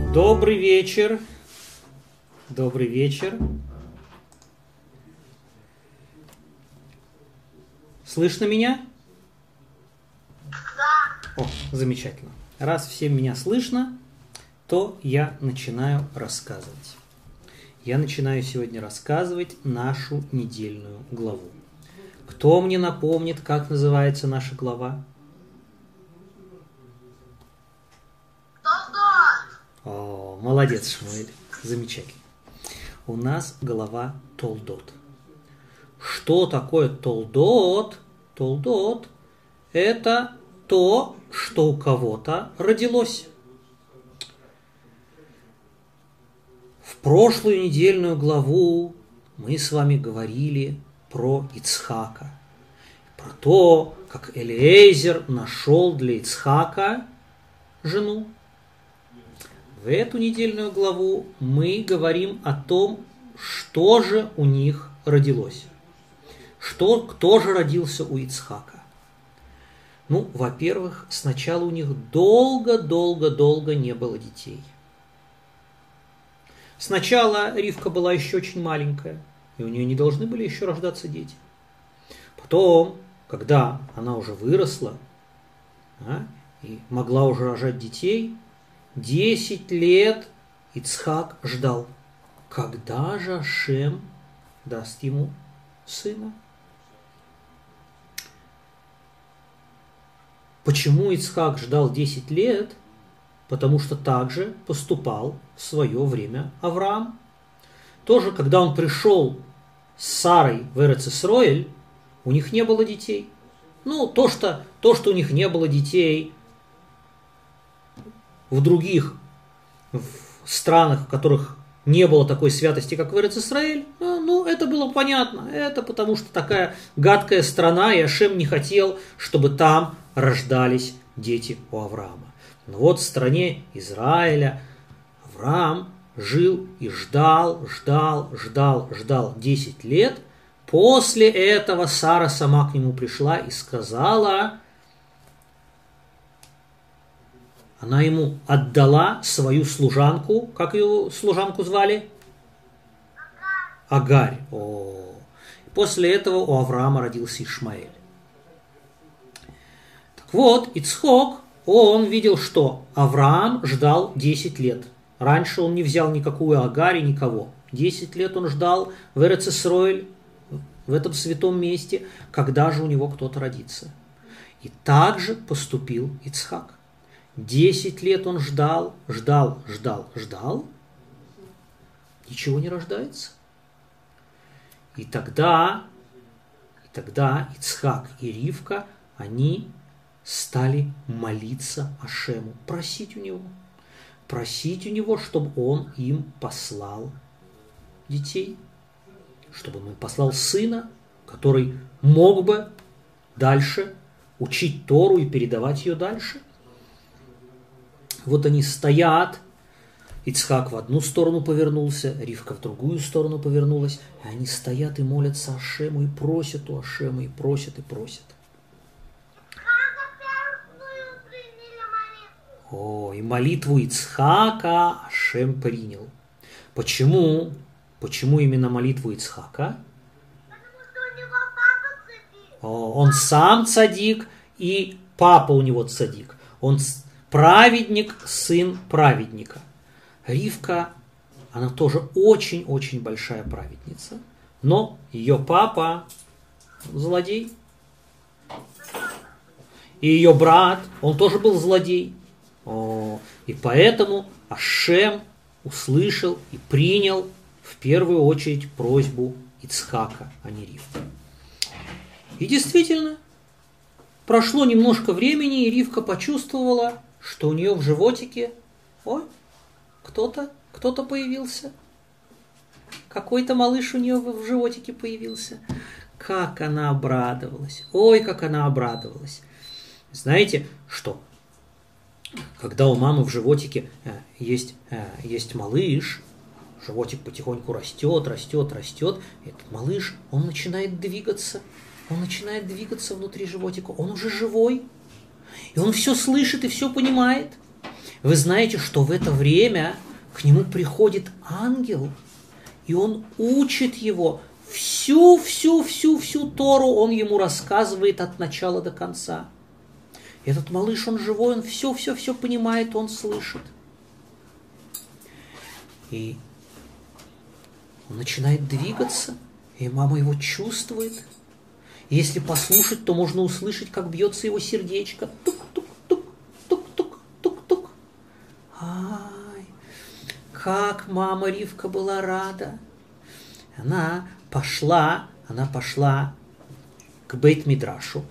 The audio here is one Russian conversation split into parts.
Добрый вечер. Добрый вечер. Слышно меня? Да. О, замечательно. Раз всем меня слышно, то я начинаю рассказывать. Я начинаю сегодня рассказывать нашу недельную главу. Кто мне напомнит, как называется наша глава? О, молодец, Шмуэль. Замечательно. У нас глава Толдот. Что такое Толдот? Толдот – это то, что у кого-то родилось. В прошлую недельную главу мы с вами говорили про Ицхака. Про то, как Элиэзер нашел для Ицхака жену. В эту недельную главу мы говорим о том, что же у них родилось. Кто же родился у Ицхака? Ну, во-первых, сначала у них долго не было детей. Сначала Ривка была еще очень маленькая, и у нее не должны были еще рождаться дети. Потом, когда она уже выросла и могла уже рожать детей, 10 лет Ицхак ждал, когда же Ашем даст ему сына. Почему Ицхак ждал 10 лет? Потому что так же поступал в свое время Авраам. Тоже, когда он пришел с Сарой в Эрец-Исроэль, у них не было детей. Ну, то, что у них не было детей в других странах, в которых не было такой святости, как в Эрец-Исраэль, ну, это было понятно. Это потому, что такая гадкая страна, и Ашем не хотел, чтобы там рождались дети у Авраама. Но вот в стране Израиля Авраам жил и ждал 10 лет. После этого Сара сама к нему пришла и сказала, она ему отдала свою служанку, как ее служанку звали? Агарь. После этого у Авраама родился Ишмаэль. Так вот, Ицхок, он видел, что Авраам ждал 10 лет. Раньше он не взял никакую Агарь и никого. 10 лет он ждал в Эрец-Исроэль, в этом святом месте, когда же у него кто-то родится. И так же поступил Ицхак. 10 лет он ждал, ничего не рождается. И тогда Ицхак и Ривка, они стали молиться Ашему, просить у него, чтобы он им послал детей, чтобы он им послал сына, который мог бы дальше учить Тору и передавать ее дальше. Вот они стоят, Ицхак в одну сторону повернулся, Ривка в другую сторону повернулась, и они стоят и молятся Ашему, и просят у Ашема, и просят. И молитву Ицхака Ашем принял. Почему? Почему именно молитву Ицхака? Потому что у него папа цадик. Он сам цадик, и папа у него цадик. Он праведник, сын праведника. Ривка, она тоже очень большая праведница, но ее папа злодей. И ее брат, он тоже был злодей. И поэтому Ашем услышал и принял в первую очередь просьбу Ицхака, а не Ривки. И действительно, прошло немножко времени, и Ривка почувствовала, что у нее в животике, кто-то появился. Какой-то малыш у нее в животике появился. Как она обрадовалась. Как она обрадовалась. Знаете, что когда у мамы в животике есть малыш, животик потихоньку растет, этот малыш, он начинает двигаться внутри животика, он уже живой, и он все слышит и все понимает. Вы знаете, что в это время к нему приходит ангел, и он учит его всю Тору, он ему рассказывает от начала до конца. Этот малыш, он живой, он все понимает, он слышит. И он начинает двигаться, и мама его чувствует. И если послушать, то можно услышать, как бьется его сердечко. Тук-тук-тук-тук-тук-тук. Ай, как мама Ривка была рада. Она пошла к Бейт-Мидрашу,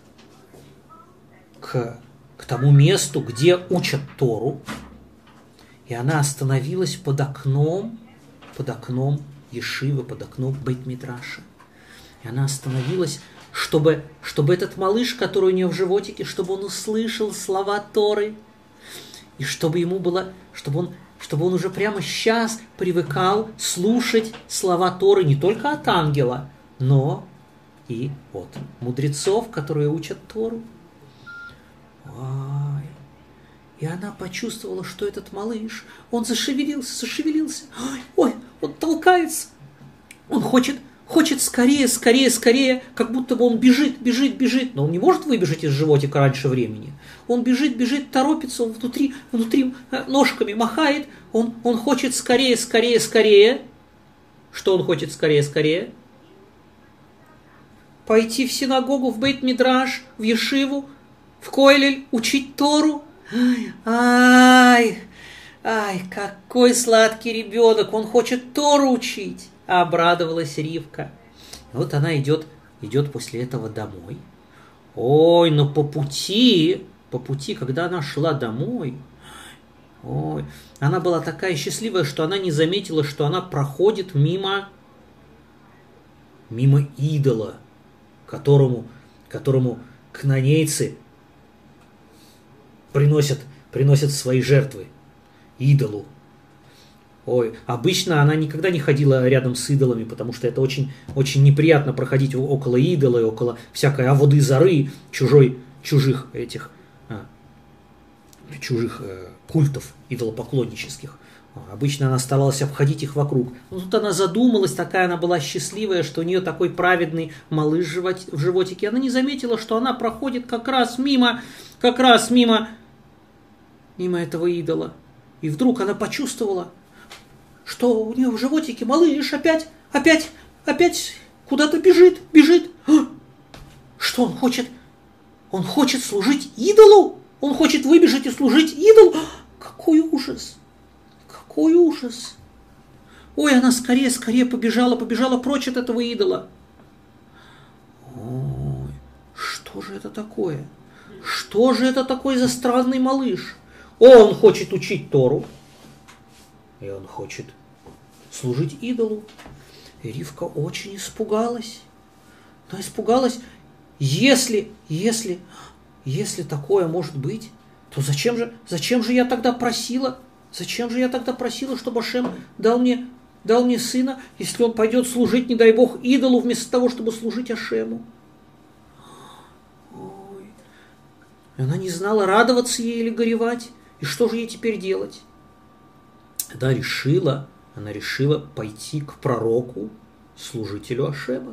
к тому месту, где учат Тору, и она остановилась под окном ешивы, под окном Бейт-Мидраша. И она остановилась, чтобы этот малыш, который у нее в животике, чтобы он услышал слова Торы, и чтобы он уже прямо сейчас привыкал слушать слова Торы не только от ангела, но и от мудрецов, которые учат Тору. Ай. И она почувствовала, что этот малыш, он зашевелился. Ой, он толкается. Он хочет скорее, как будто бы он бежит. Но он не может выбежать из животика раньше времени. Он бежит, торопится, он внутри ножками махает. Он хочет скорее. Что он хочет скорее? Пойти в синагогу, в Бейт-Мидраш, в ешиву, в Койлель, учить Тору. Ай, какой сладкий ребенок, он хочет Тору учить. Обрадовалась Ривка. Вот она идет после этого домой. Ой, но по пути, когда она шла домой, она была такая счастливая, что она не заметила, что она проходит мимо идола, которому кнаанейцы приносят свои жертвы идолу. Ой, обычно она никогда не ходила рядом с идолами, потому что это очень, очень неприятно проходить около идола, около всякой аводы зары, чужих культов идолопоклоннических. Обычно она старалась обходить их вокруг. Но тут она задумалась, такая она была счастливая, что у нее такой праведный малыш в животике. Она не заметила, что она проходит как раз мимо этого идола. И вдруг она почувствовала, что у нее в животике малыш опять куда-то бежит. Что он хочет? Он хочет служить идолу? Он хочет выбежать и служить идолу? Какой ужас! Ой, она скорее побежала прочь от этого идола. Ой, что же это такое? Что же это такой за странный малыш? Он хочет учить Тору, и он хочет служить идолу. И Ривка очень испугалась. Она испугалась, если такое может быть, то зачем же я тогда просила? Зачем же я тогда просила, чтобы Ашем дал мне сына, если он пойдет служить, не дай Бог, идолу, вместо того, чтобы служить Ашему? Ой. И она не знала, радоваться ей или горевать. И что же ей теперь делать? Она решила пойти к пророку, служителю Ашема.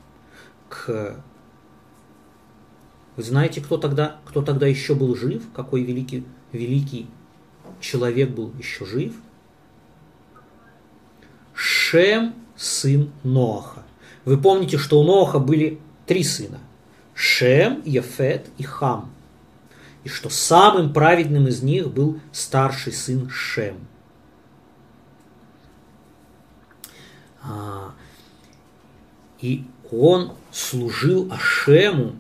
Вы знаете, кто тогда еще был жив? Какой великий человек был еще жив? Шем, сын Ноаха. Вы помните, что у Ноаха были 3 сына. Шем, Яфет и Хам. И что самым праведным из них был старший сын Шем. И он служил Ашему.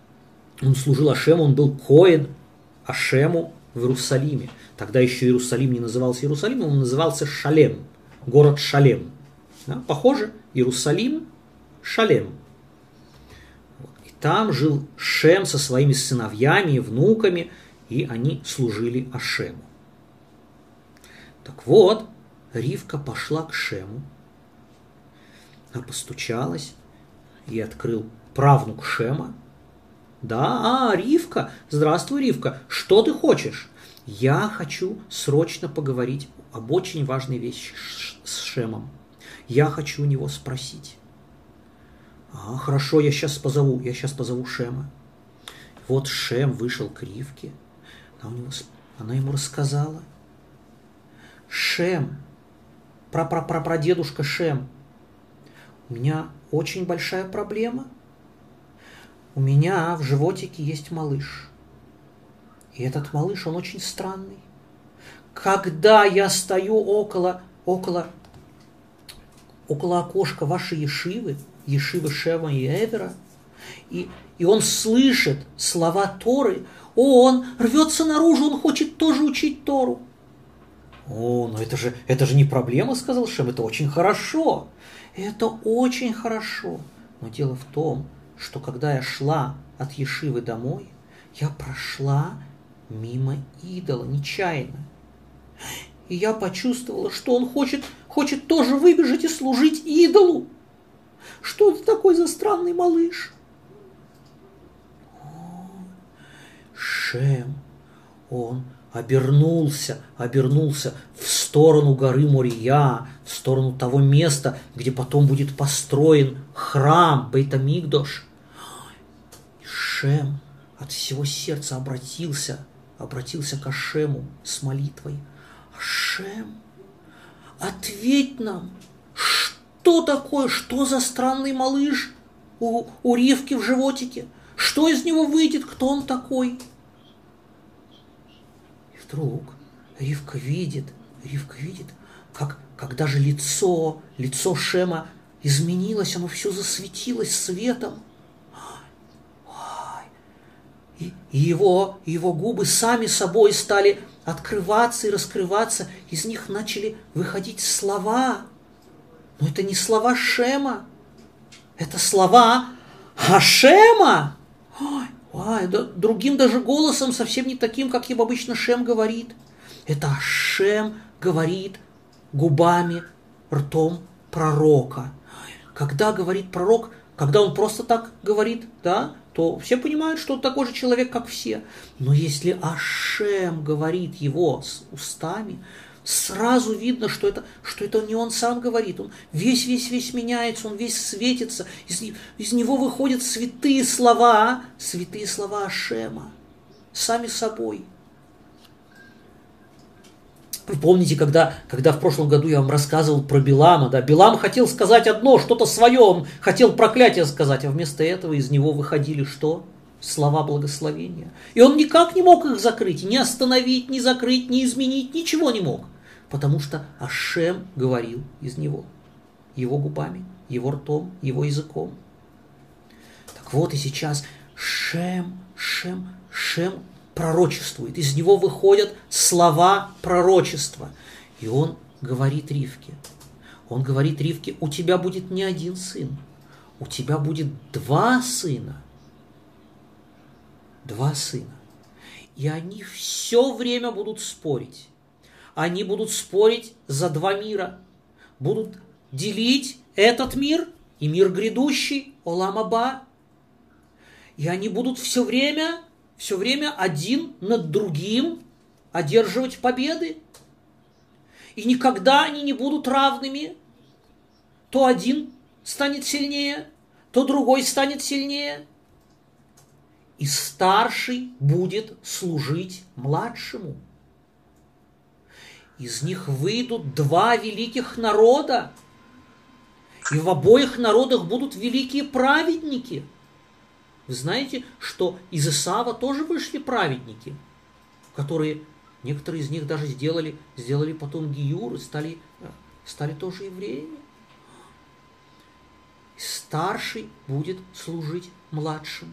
Он был коэн Ашему в Иерусалиме. Тогда еще Иерусалим не назывался Иерусалимом, он назывался Шалем, город Шалем. Да? Похоже, Иерусалим, Шалем. И там жил Шем со своими сыновьями и внуками, и они служили Ашему. Так вот, Ривка пошла к Шему, она постучалась, и открыл правнук Шема. Да, Ривка, здравствуй, Ривка, что ты хочешь? Я хочу срочно поговорить об очень важной вещи с Шемом. Я хочу у него спросить. Хорошо, я сейчас позову Шема. Вот Шем вышел к Ривке. Она ему рассказала. Шем, прадедушка Шем, у меня очень большая проблема. У меня в животике есть малыш. И этот малыш, он очень странный. Когда я стою около окошка вашей ешивы Шема и Эвера, и он слышит слова Торы, он рвется наружу, он хочет тоже учить Тору. Но это же не проблема, сказал Шем, это очень хорошо. Это очень хорошо. Но дело в том, что когда я шла от ешивы домой, я прошла мимо идола нечаянно. И я почувствовала, что он хочет тоже выбежать и служить идолу. Что это такой за странный малыш? Шем, он обернулся в сторону горы Мория, в сторону того места, где потом будет построен храм Бейт-Амикдош. Шем от всего сердца обратился к Ашему с молитвой. Ашем, ответь нам, что такое, что за странный малыш у Ривки в животике? Что из него выйдет, кто он такой? И вдруг Ривка видит, как даже лицо Шема изменилось, оно все засветилось светом. И его губы сами собой стали открываться и раскрываться, из них начали выходить слова. Но это не слова Шема, это слова Ашема. Другим даже голосом, совсем не таким, как им обычно Шем говорит. Это Ашем говорит губами, ртом пророка. Когда говорит пророк, когда он просто так говорит, да, то все понимают, что он такой же человек, как все. Но если Ашем говорит его с устами, сразу видно, что это не он сам говорит. Он весь меняется, он весь светится. Из него выходят святые слова Ашема. Сами собой. Вы помните, когда в прошлом году я вам рассказывал про Билама, да? Билам хотел сказать одно, что-то свое, он хотел проклятие сказать, а вместо этого из него выходили что? Слова благословения. И он никак не мог их закрыть, ни остановить, ни закрыть, ни изменить, ничего не мог. Потому что Ашем говорил из него, его губами, его ртом, его языком. Так вот и сейчас Шем пророчествует, из него выходят слова пророчества. И он говорит Ривке, у тебя будет не один сын, у тебя будет два сына. И они все время будут спорить. Они будут спорить за два мира. Будут делить этот мир и мир грядущий, Олам Аба. И они будут все время один над другим одерживать победы. И никогда они не будут равными. То один станет сильнее, то другой станет сильнее. И старший будет служить младшему. Из них выйдут два великих народа. И в обоих народах будут великие праведники. Вы знаете, что из Исава тоже вышли праведники, которые, некоторые из них даже сделали потом гиюр и стали тоже евреями. И старший будет служить младшему.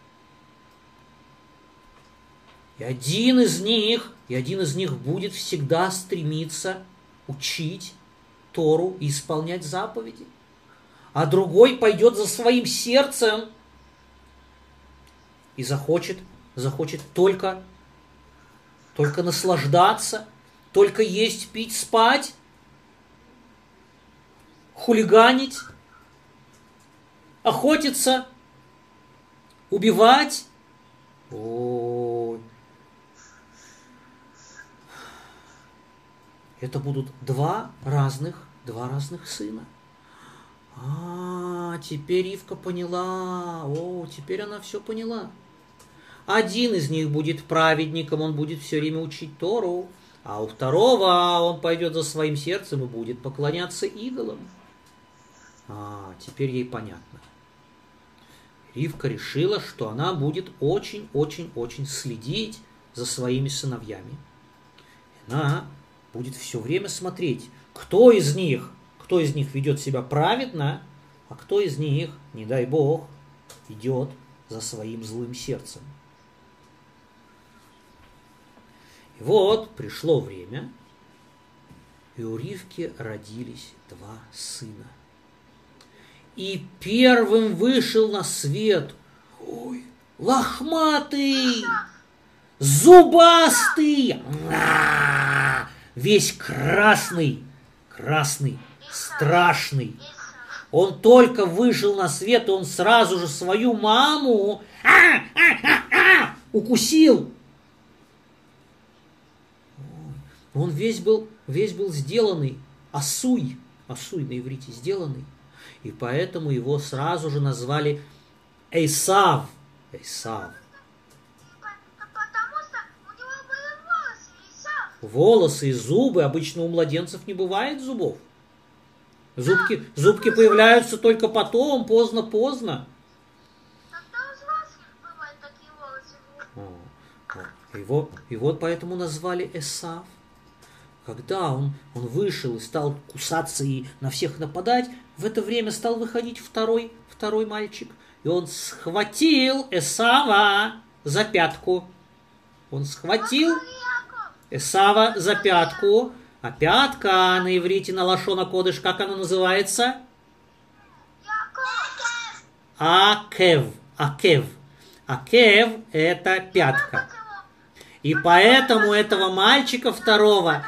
И один из них будет всегда стремиться учить Тору и исполнять заповеди. А другой пойдет за своим сердцем и захочет только наслаждаться, только есть, пить, спать, хулиганить, охотиться, убивать. Ой. Это будут два разных сына. Теперь Ривка поняла. Теперь она все поняла. Один из них будет праведником, он будет все время учить Тору, а у второго он пойдет за своим сердцем и будет поклоняться идолам. Теперь ей понятно. Ривка решила, что она будет очень-очень-очень следить за своими сыновьями. Она будет все время смотреть, кто из них ведет себя праведно, а кто из них, не дай Бог, идет за своим злым сердцем. И вот пришло время, и у Ривки родились два сына. И первым вышел на свет лохматый, зубастый, весь красный, страшный. Он только вышел на свет, и он сразу же свою маму укусил. Он весь был сделанный, осуй на иврите, сделанный. И поэтому его сразу же назвали Эйсав. Потому что у него были волосы, Исав. Волосы и зубы. Обычно у младенцев не бывает зубов. Зубки появляются только потом, поздно. Тогда у взрослых бывают такие волосы. И вот поэтому назвали Эсав. Когда он вышел и стал кусаться и на всех нападать, в это время стал выходить второй мальчик. И он схватил Эсава за пятку. Он схватил Эсава за пятку. А пятка на иврите, на лашон а-кодеш, как она называется? Акев. Акев – это пятка. И поэтому этого мальчика второго...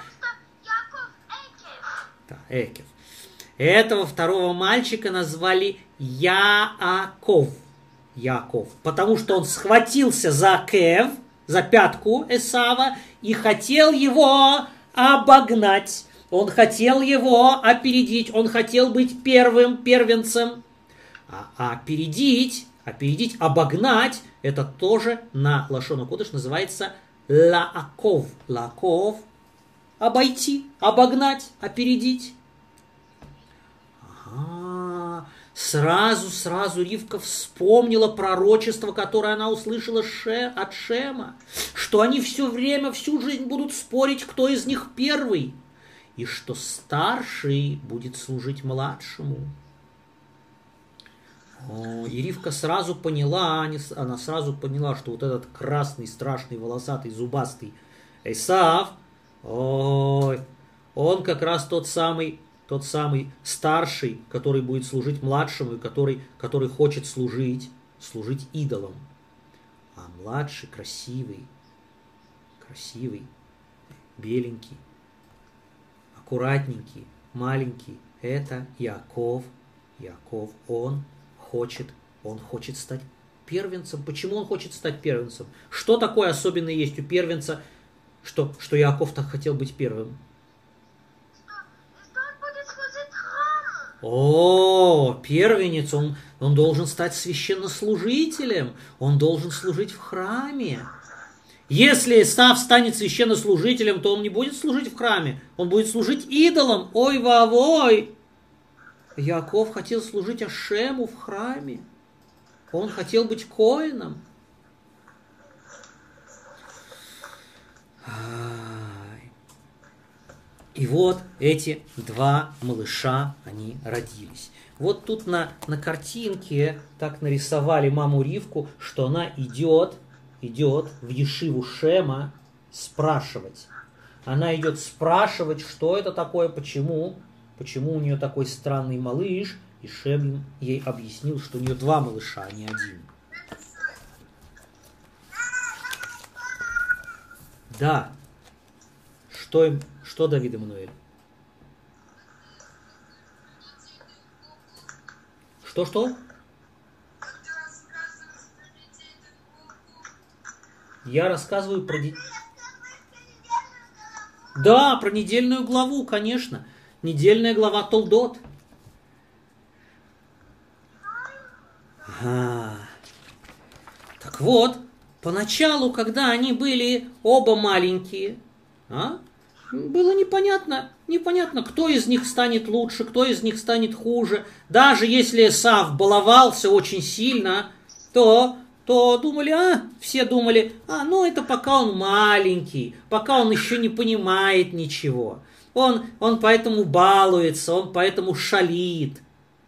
Экев. Этого второго мальчика назвали Яаков. Потому что он схватился за Акев, за пятку Эсава, и хотел его обогнать. Он хотел его опередить. Он хотел быть первым первенцем. Опередить, обогнать, это тоже на лашон а-кодеш называется лааков. Лааков – обойти, обогнать, опередить. Сразу Ривка вспомнила пророчество, которое она услышала от Шема, что они все время, всю жизнь будут спорить, кто из них первый, и что старший будет служить младшему. И Ривка сразу поняла, что вот этот красный, страшный, волосатый, зубастый Эсав, он как раз тот самый старший, который будет служить младшему и который хочет служить идолам. А младший красивый, беленький, аккуратненький, маленький, это Яаков. Он хочет стать первенцем. Почему он хочет стать первенцем? Что такое особенное есть у первенца, что Яаков так хотел быть первым? Первенец, он должен стать священнослужителем, он должен служить в храме. Если Эсав станет священнослужителем, то он не будет служить в храме, он будет служить идолам. Ой-ва-вой! Яаков хотел служить Ашему в храме, он хотел быть коэном. И вот эти два малыша, они родились. Вот тут на картинке так нарисовали маму Ривку, что она идет в ешиву Шема спрашивать. Она идет спрашивать, что это такое, почему у нее такой странный малыш. И Шем ей объяснил, что у нее два малыша, а не один. Да. Что, Давид Эммануэль? Что? Я рассказываю про детей. Да, про недельную главу, конечно. Недельная глава Толдот. Так вот, поначалу, когда они были оба маленькие, было непонятно, кто из них станет лучше, кто из них станет хуже. Даже если Эсав баловался очень сильно, то все думали, ну это пока он маленький, пока он еще не понимает ничего. Он поэтому балуется, он поэтому шалит.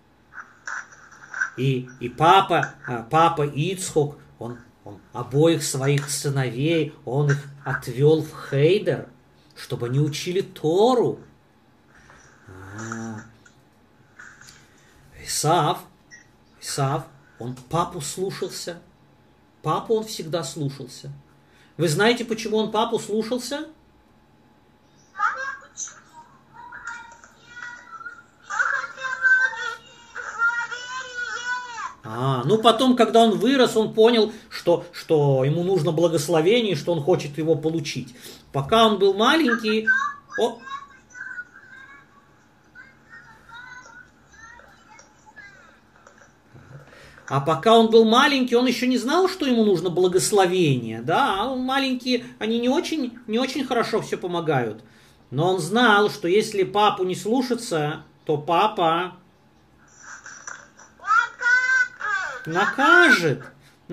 И папа Ицхок, он обоих своих сыновей, он их отвел в хейдер, чтобы они учили Тору. Исав, он папу слушался. Папу он всегда слушался. Вы знаете, почему он папу слушался? Потом, когда он вырос, он понял, что ему нужно благословение, что он хочет его получить. Пока он был маленький... пока он был маленький, он еще не знал, что ему нужно благословение. Да, маленькие, они не очень хорошо все помогают. Но он знал, что если папу не слушаться, то папа накажет.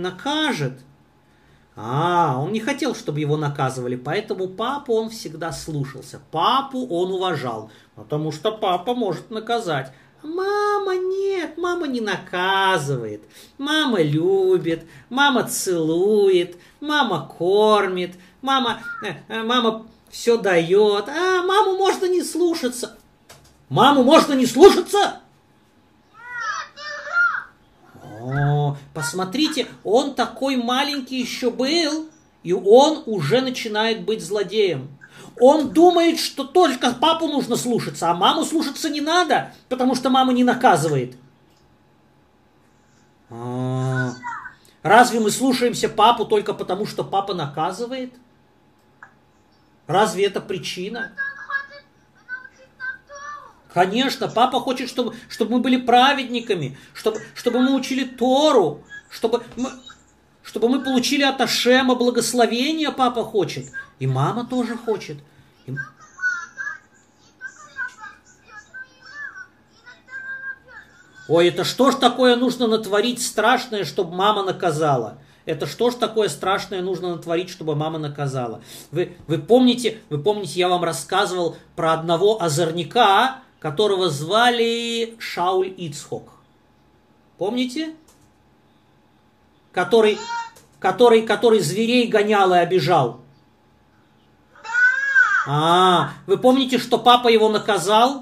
Он не хотел, чтобы его наказывали, поэтому папу он всегда слушался. Папу он уважал, потому что папа может наказать. Мама нет, мама не наказывает. Мама любит, мама целует, мама кормит, мама все дает. Маму можно не слушаться. Маму можно не слушаться? Посмотрите, он такой маленький еще был, и он уже начинает быть злодеем. Он думает, что только папу нужно слушаться, а маму слушаться не надо, потому что мама не наказывает. Разве мы слушаемся папу только потому, что папа наказывает? Разве это причина? Конечно, папа хочет, чтобы мы были праведниками, чтобы мы учили Тору, чтобы мы получили от Ашема благословение, папа хочет. И мама тоже хочет. Ой, это что ж такое нужно натворить страшное, чтобы мама наказала? Это что ж такое страшное нужно натворить, чтобы мама наказала? Вы помните, я вам рассказывал про одного озорника, которого звали Шауль Ицхок. Помните? Который зверей гонял и обижал. Вы помните, что папа его наказал?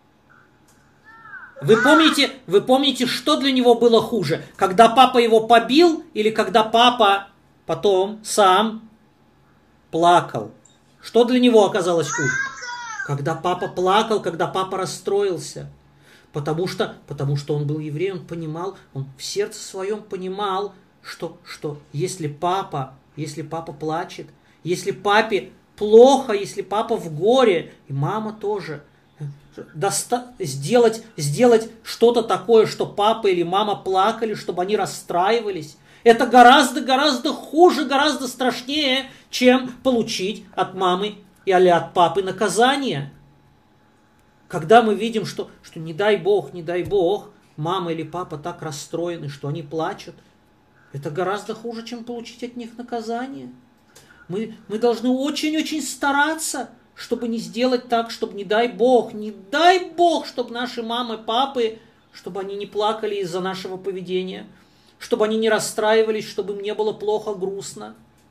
Вы помните, что для него было хуже? Когда папа его побил или когда папа потом сам плакал? Что для него оказалось хуже? Когда папа плакал, когда папа расстроился. Потому что он был евреем, он понимал, он в сердце своем понимал, что если папа плачет, если папе плохо, если папа в горе, и мама тоже, сделать что-то такое, что папа или мама плакали, чтобы они расстраивались, это гораздо хуже, гораздо страшнее, чем получить от мамы или от папы наказание. Когда мы видим, что не дай Бог, мама или папа так расстроены, что они плачут, это гораздо хуже, чем получить от них наказание. Мы должны очень-очень стараться, чтобы не сделать так, чтобы не дай Бог, чтобы наши мамы, папы, чтобы они не плакали из-за нашего поведения, чтобы они не расстраивались, чтобы им не было плохо, грустно.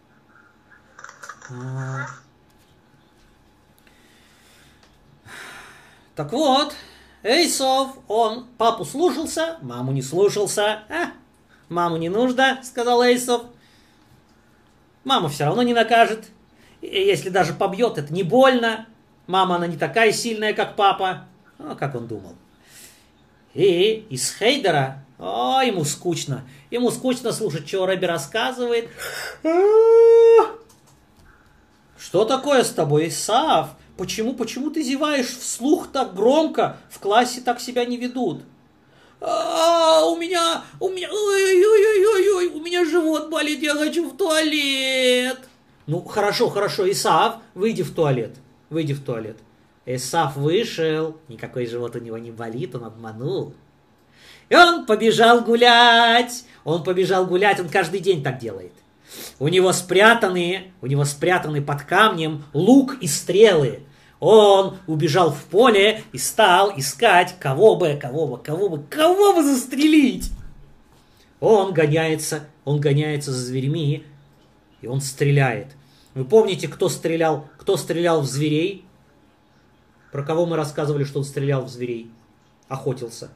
Так вот, Эйсов, он папу слушался, маму не слушался. Маму не нужно, сказал Эйсов. Мама все равно не накажет. И если даже побьет, это не больно. Мама, она не такая сильная, как папа. Как он думал. И из хейдера, ему скучно. Ему скучно слушать, что Рэбби рассказывает. Что такое с тобой, Исав? Почему ты зеваешь вслух так громко? В классе так себя не ведут. У меня, ой, у меня живот болит, я хочу в туалет. Ну, хорошо, Исав, выйди в туалет. Исав вышел, никакой живот у него не болит, он обманул. И он побежал гулять, он каждый день так делает. У него спрятаны под камнем лук и стрелы. Он убежал в поле и стал искать, кого бы застрелить. Он гоняется за зверями, и он стреляет. Вы помните, кто стрелял в зверей? Про кого мы рассказывали, что он стрелял в зверей? Охотился.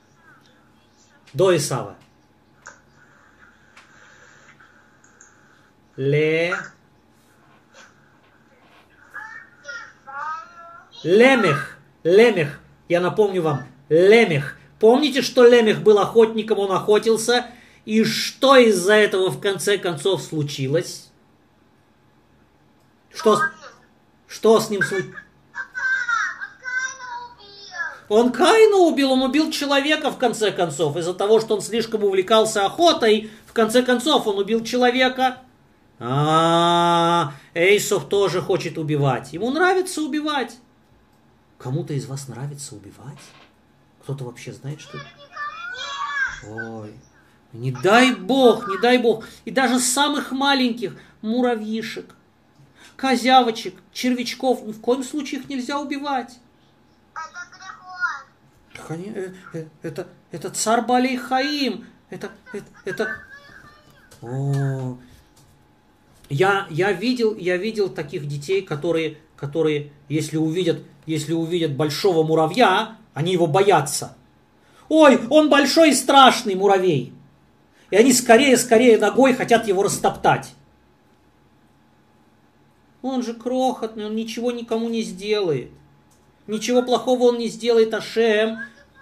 До Исава. Лемех. Я напомню вам. Лемех. Помните, что Лемех был охотником, он охотился? И что из-за этого в конце концов случилось? Что с ним случилось? Он Каина убил, он убил человека в конце концов. Из-за того, что он слишком увлекался охотой, в конце концов он убил человека. Эйсов тоже хочет убивать. Ему нравится убивать. Кому-то из вас нравится убивать? Кто-то вообще знает, что это? Ой, не дай бог. И даже самых маленьких муравьишек, козявочек, червячков, ни в коем случае их нельзя убивать. Это царь Балей Хаим. Я видел таких детей, которые, если увидят большого муравья, они его боятся. Ой, он большой и страшный муравей. И они скорее ногой хотят его растоптать. Он же крохотный, он ничего никому не сделает. Ничего плохого он не сделает, Ашем.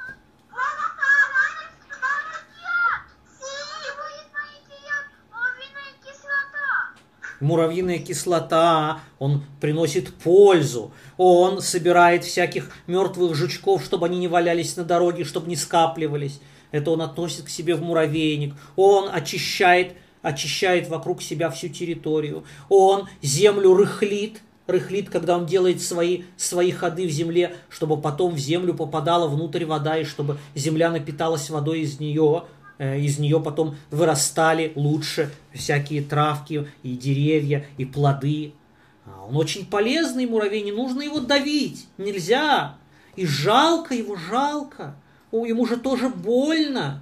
Муравьиная кислота, он приносит пользу. Он собирает всяких мертвых жучков, чтобы они не валялись на дороге, чтобы не скапливались. Это он относит к себе в муравейник. Он очищает вокруг себя всю территорию. Он землю рыхлит, когда он делает свои ходы в земле, чтобы потом в землю попадала внутрь вода, и чтобы земля напиталась водой из нее потом вырастали лучше всякие травки и деревья, и плоды. Он очень полезный муравей, не нужно его давить, нельзя. И жалко его. Ему же тоже больно.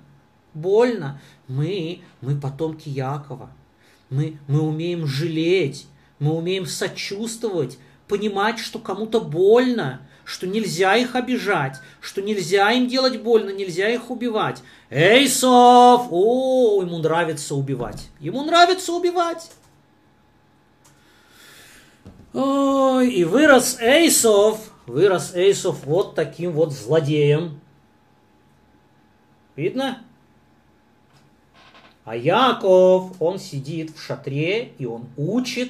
Мы потомки Якова. Мы умеем жалеть, мы умеем сочувствовать, понимать, что кому-то больно, что нельзя их обижать, что нельзя им делать больно, нельзя их убивать. Эйсов! Ему нравится убивать. Ой, и вырос Эйсов вот таким вот злодеем. Видно? А Яков, он сидит в шатре, и он учит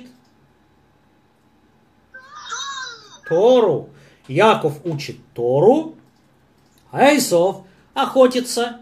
Тору. Яков учит Тору, а Эйсов охотится.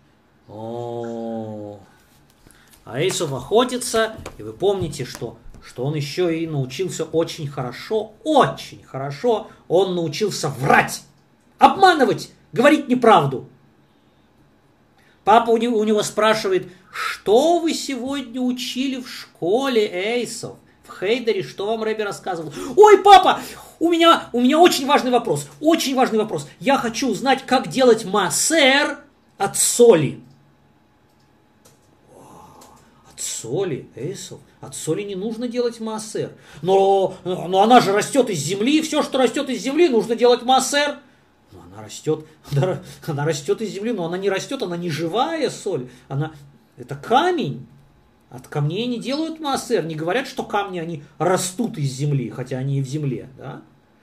Эйсов охотится, и вы помните, что он еще и научился очень хорошо, он научился врать, обманывать, говорить неправду. Папа у него спрашивает: что вы сегодня учили в школе, Эйсов? В Хейдере что вам Ребби рассказывал? Ой, папа, у меня очень важный вопрос. Я хочу узнать, как делать маасер от соли. От соли, Эйсов? От соли не нужно делать маасер. Но она же растет из земли, все, что растет из земли, нужно делать маасер. Она растет из земли, но она не растет, она не живая соль. Это камень. От камней не делают маасер. Не говорят, что камни, они растут из земли, хотя они и в земле. Да?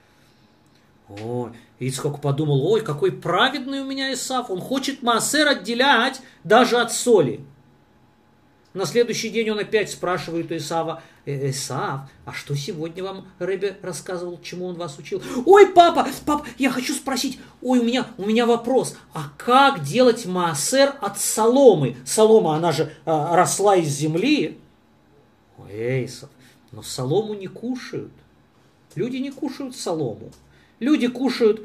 Ицхак подумал: какой праведный у меня Исав. Он хочет маасер отделять даже от соли. На следующий день он опять спрашивает у Исава: Исав, а что сегодня вам Ребе рассказывал, чему он вас учил? Ой, папа, я хочу спросить, ой, у меня вопрос, а как делать маасер от соломы? Солома, она же росла из земли. Ой, Исав, но солому не кушают. Люди не кушают солому. Люди кушают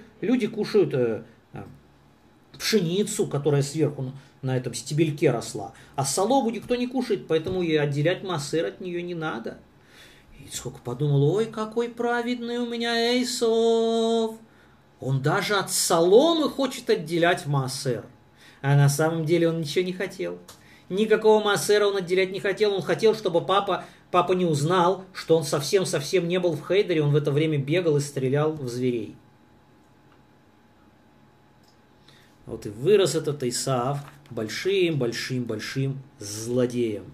пшеницу, которая сверху на этом стебельке росла. А солому никто не кушает, поэтому и отделять маасер от нее не надо. И Ицхок подумал: ой, какой праведный у меня Эйсов. Он даже от соломы хочет отделять маасер. А на самом деле он ничего не хотел. Никакого маасера он отделять не хотел. Он хотел, чтобы папа не узнал, что он совсем не был в хейдере. Он в это время бегал и стрелял в зверей. Вот и вырос этот Исав большим злодеем.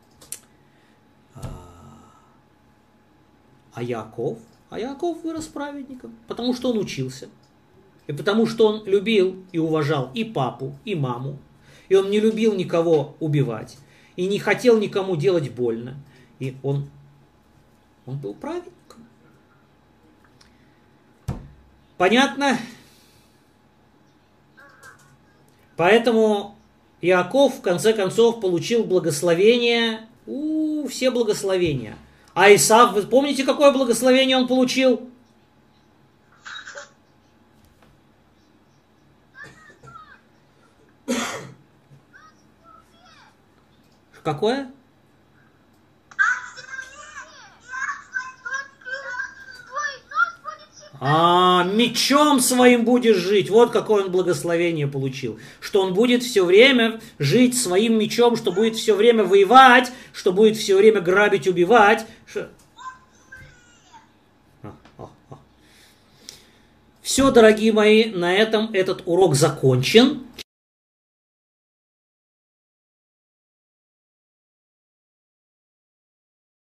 А Яаков вырос праведником, потому что он учился. И потому что он любил и уважал и папу, и маму. И он не любил никого убивать. И не хотел никому делать больно. И он был праведником. Понятно? Поэтому Иаков в конце концов получил благословение, все благословения. А Исав, вы помните, какое благословение он получил? Какое? Мечом своим будешь жить. Вот какое он благословение получил. Что он будет все время жить своим мечом, что будет все время воевать, что будет все время грабить, убивать. Все, дорогие мои, на этом этот урок закончен.